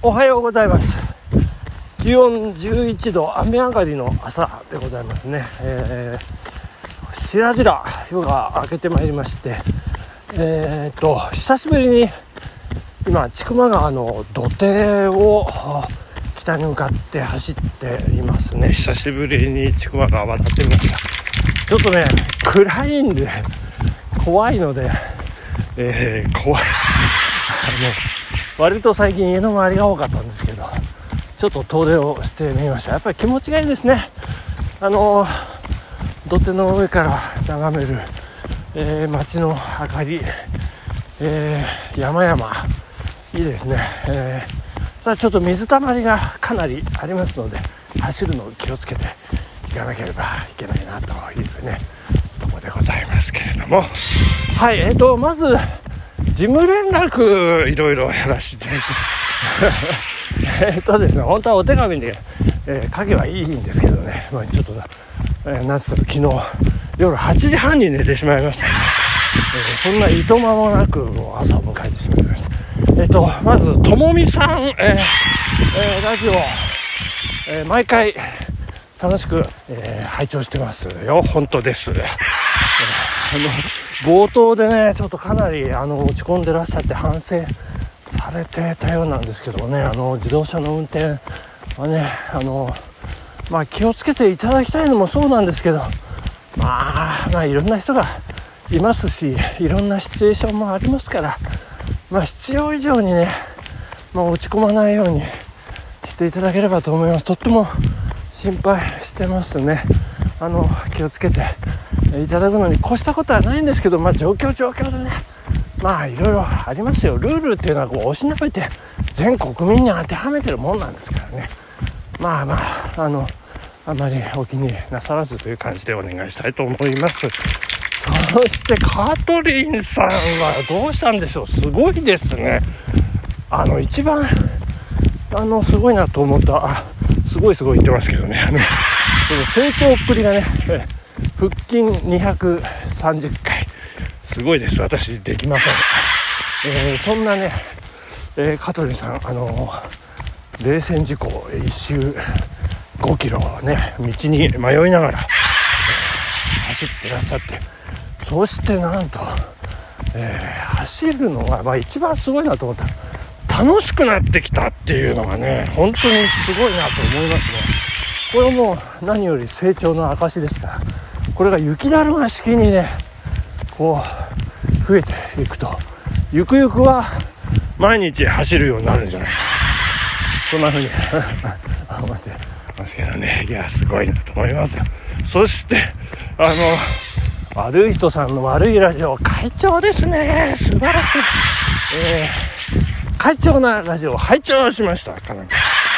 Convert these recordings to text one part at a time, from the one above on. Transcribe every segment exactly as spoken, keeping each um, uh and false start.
おはようございます。気温じゅういちど、雨上がりの朝でございますね。えー、しらじら夜が明けてまいりまして、えー、と久しぶりに今千曲川の土手を北に向かって走っていますね。久しぶりに千曲川渡ってみました。ちょっとね暗いんで怖いので、えー、怖いあの割と最近家の周りが多かったんですけど、ちょっと遠出をしてみました。やっぱり気持ちがいいですね。あの土手の上から眺める、えー、街の明かり、えー、山々いいですね。えー、ただちょっと水たまりがかなりありますので、走るのを気をつけていかなければいけないなというねところでございますけれども、はい、えーとまず事務連絡いろいろやらせていただいてえっとですね本当はお手紙で、えー、書けばいいんですけどね、まあ、ちょっと、えー、なんつったら昨日夜はちじはんに寝てしまいましたので、えー、そんないとまもなくもう朝を迎えてしまいました。えっとまずともみさん、えーえー、ラジオ、えー、毎回楽しく、えー、拝聴してますよ。本当です。えー、あの冒頭でねちょっとかなりあの落ち込んでらっしゃって反省されてたようなんですけどね、あの自動車の運転はねあの、まあ、気をつけていただきたいのもそうなんですけど、まあ、まあいろんな人がいますし、いろんなシチュエーションもありますから、まあ、必要以上にね、まあ、落ち込まないようにしていただければと思います。とっても心配してますね。あの気をつけていただくのに越したことはないんですけど、まあ、状況状況でね、まあいろいろありますよ。ルールっていうのはこうおしなべて全国民に当てはめてるもんなんですからね。まあまああのあまりお気になさらずという感じでお願いしたいと思います。そしてカトリンさんはどうしたんでしょう。すごいですね。あの一番あのすごいなと思った、あすごいすごい言ってますけどね、あの成長っぷりがね、腹筋にひゃくさんじゅっかいすごいです。私できません。えー、そんなね、えー、香取さんあのー、冷戦事故一周ごキロをね道に迷いながら、えー、走っていらっしゃって、そしてなんと、えー、走るのが、まあ、一番すごいなと思ったら楽しくなってきたっていうのがね本当にすごいなと思いますね。これも何より成長の証ですから、これが雪だるま式にねこう増えていくと、ゆくゆくは毎日走るようになるんじゃないか、そんな風に思ってますけどね。いやすごいなと思いますよ。そしてあの悪い人さんの悪いラジオ会長ですね。素晴らしい、えー、会長なラジオを拝聴しましたかな。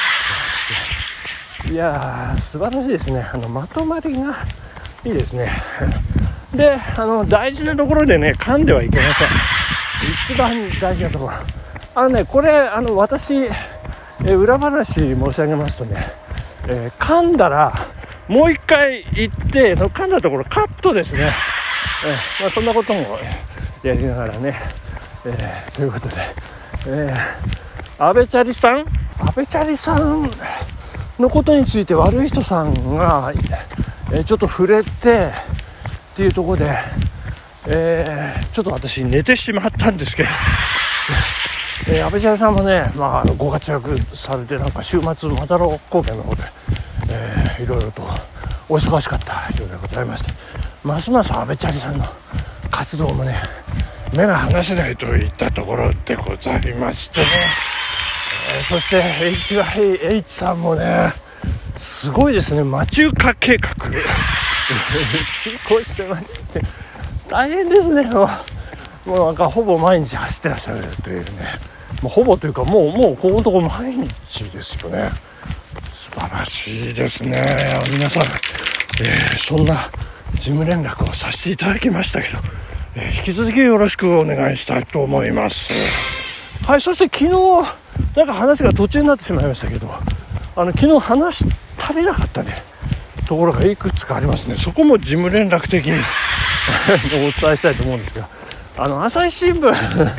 いや素晴らしいですね。あのまとまりがいいですね。であの大事なところでね噛んではいけません。一番大事なところ、あのねこれあの私、えー、裏話申し上げますとね、えー、噛んだらもう一回言って噛んだところカットですね。えーまあ、そんなこともやりながらね、えー、ということで、えー、安倍チャリさん安倍チャリさんのことについて悪い人さんが、えー、ちょっと触れてっていうところで、えー、ちょっと私寝てしまったんですけど、えー、安倍ちゃんさんもね、まあ、ご活躍されて、なんか週末マタロ高原の方で、えー、いろいろとお忙しかったようでございまして、ますます安倍ちゃんさんの活動もね目が離せないといったところでございましてね、えー、そして エイチワイエイチ さんもねすごいですね。マチューカ計画進行してまして大変ですね。もう、もうなんかほぼ毎日走ってらっしゃるというね、もうほぼというかもうもうここのところ毎日ですよね。素晴らしいですね。皆さん、えー、そんな事務連絡をさせていただきましたけど、えー、引き続きよろしくお願いしたいと思います。はい。そして昨日なんか話が途中になってしまいましたけど、あの昨日話し足りなかったねところがいくつかありますね。そこも事務連絡的にお伝えしたいと思うんですが、あの朝日新聞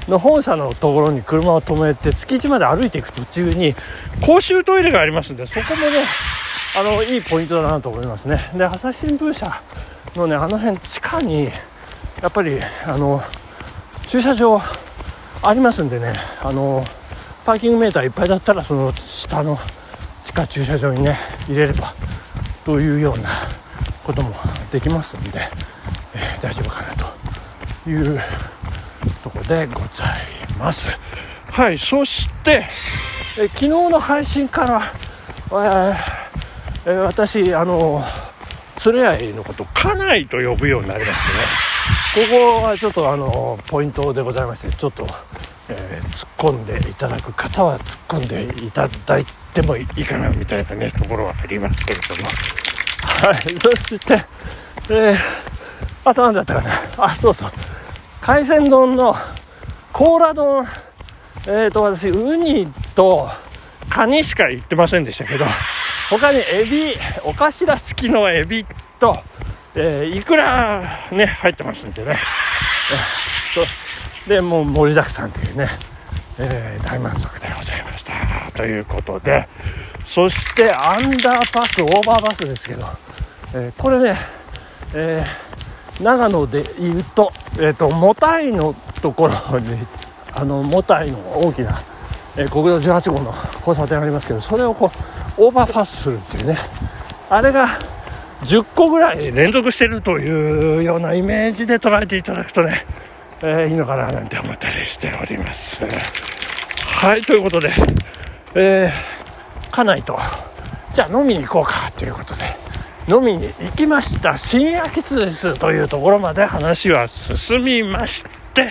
の本社のところに車を止めて築地まで歩いていく途中に公衆トイレがありますんで、そこもねあのいいポイントだなと思いますね。で朝日新聞社のねあの辺地下にやっぱりあの駐車場ありますんでね、あのパーキングメーターいっぱいだったらその下の地下駐車場にね入れればというようなこともできますんで、えー、大丈夫かなというところでございます。はい。そして、えー、昨日の配信から、えー、私あの鶴屋のこと家内と呼ぶようになりましてね、ここはちょっとあのポイントでございまして、ちょっと、えー、突っ込んでいただく方は突っ込んでいただいてもいいかなみたいなねところはありますけれども、はい。そして、えー、あと何だったかな、あ、そうそう、海鮮丼の甲羅丼、えーと私ウニとカニしか言ってませんでしたけど、他にエビ、お頭付きのエビと、えー、イクラね入ってますんでね、えー、そうでもう盛りだくさんというね、えー、大満足でございましたということで、そしてアンダーパスオーバーバスですけど、えー、これね、えー、長野で言うと、えーともたいのところにあのもたいの大きな、えー、国道じゅうはち号の交差点ありますけど、それをこうオーバーパスするっていうね、あれがじゅっこぐらい連続してるというようなイメージで捉えていただくとね、えー、いいのかななんて思ったりしております。はい。ということで、えー、家内とじゃあ飲みに行こうかということで飲みに行きました。新秋津ですというところまで話は進みまして、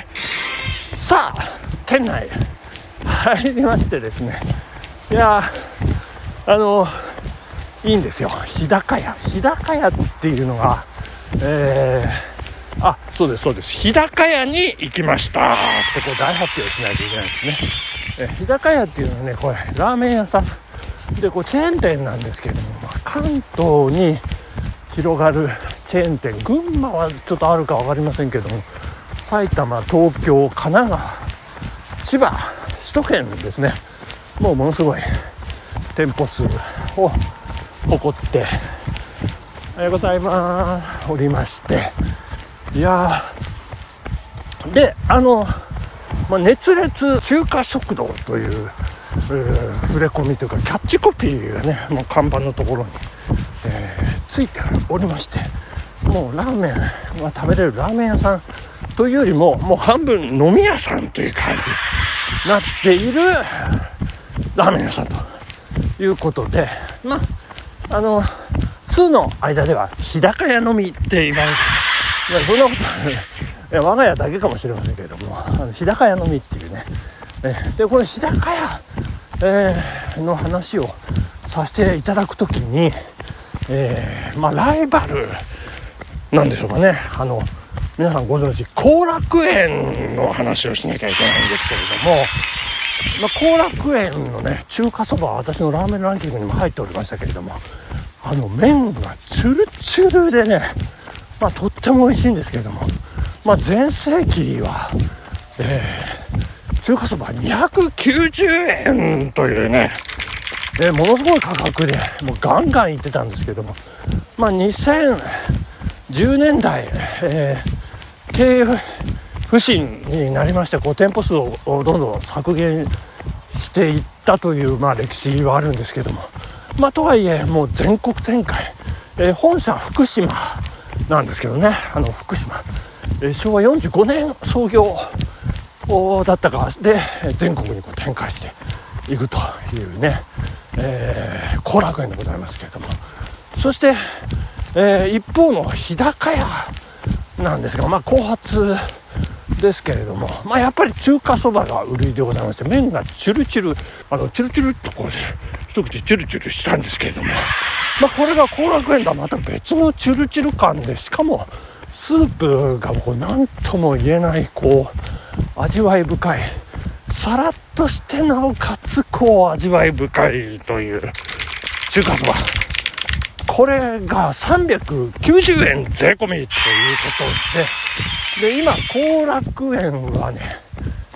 さあ店内入りましてですね、いやあのいいんですよ。日高屋日高屋っていうのが、えー、あそうですそうです日高屋に行きましたってこう大発表しないといけないですね。え日高屋っていうのはね、これラーメン屋さんでこうチェーン店なんですけれども、関東に広がるチェーン店、群馬はちょっとあるか分かりませんけども、埼玉、東京、神奈川、千葉、首都圏ですね、もうものすごい店舗数を誇っておはようございますおりまして、いやであの、まあ、熱烈中華食堂という、えー、触れ込みというかキャッチコピーがねもう看板のところに、えー、ついておりまして、もうラーメンが食べれるラーメン屋さんというよりももう半分飲み屋さんという感じになっているラーメン屋さんということで、まああの通の間では日高屋飲みって言われて、いやそんなことは、ね、いや我が家だけかもしれませんけれども、あの日高屋飲みっていうね、えでこの日高屋、えー、の話をさせていただくときに、えー、まあライバルなんでしょうかね。あの皆さんご存知後楽園の話をしなきゃいけないんですけれども、まあ、後楽園のね中華そばは私のラーメンランキングにも入っておりましたけれども、あの麺がチュルチュルでね、まあ、とっても美味しいんですけれども、まあ、全盛期は、えー、中華そばにひゃくきゅうじゅうえんというね、えー、ものすごい価格でもうガンガンいってたんですけども、まあ、にせんじゅうねんだい、えー、経営不振になりまして、こう店舗数をどんどん削減していったという、まあ、歴史はあるんですけども、まあ、とはいえもう全国展開、えー、本社福島なんですけどね、あの福島、えー、しょうわよんじゅうごねん創業だったかで全国にこう展開していくというね、えー、後楽園でございますけれども、そして、えー、一方の日高屋なんですが、まあ、後発ですけれども、まあ、やっぱり中華そばが売りでございまして、麺がチュルチュルあのチュルチュルっとこう一口チュルチュルしたんですけれども、まあ、これが後楽園とはまた別のチュルチュル感で、しかもスープがこう何とも言えないこう味わい深い、さらっとしてなおかつこう味わい深いという中華そば、これがさんびゃくきゅうじゅうえん税込みということで、で今後楽園はね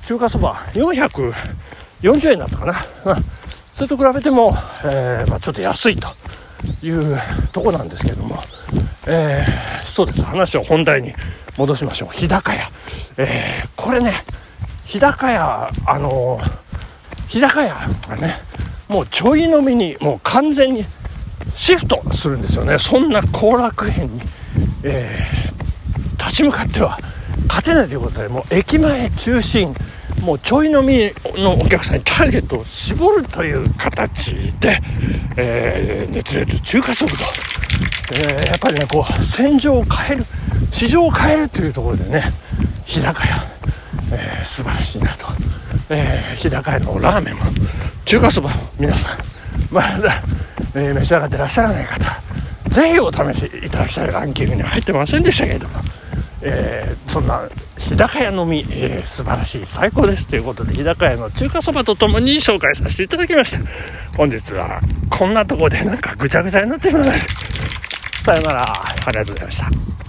中華そばよんひゃくよんじゅうえんだったかな、まあ、それと比べても、えーまあ、ちょっと安いというとこなんですけれども、えー、そうです。話を本題に戻しましょう。日高屋、えー、これね、日高屋、あのー、日高屋がね、もうちょい飲みにもう完全にシフトするんですよね。そんな後楽園に、えー、立ち向かっては勝てないということで、もう駅前中心、もうちょい飲みのお客さんにターゲットを絞るという形で、えー、熱烈中華そばと、えー、やっぱりね、こう戦場を変える、市場を変えるというところでね、日高屋、えー、素晴らしいなと、えー、日高屋のラーメンも中華そばも皆さんまだ、えー、召し上がってらっしゃらない方、ぜひお試しいただきたい。ランキングには入ってませんでしたけれども、えー、そんな日高屋のみ、えー、素晴らしい、最高ですということで、日高屋の中華そばとともに紹介させていただきました。本日はこんなところでなんかぐちゃぐちゃになってしまいました。さよなら、ありがとうございました。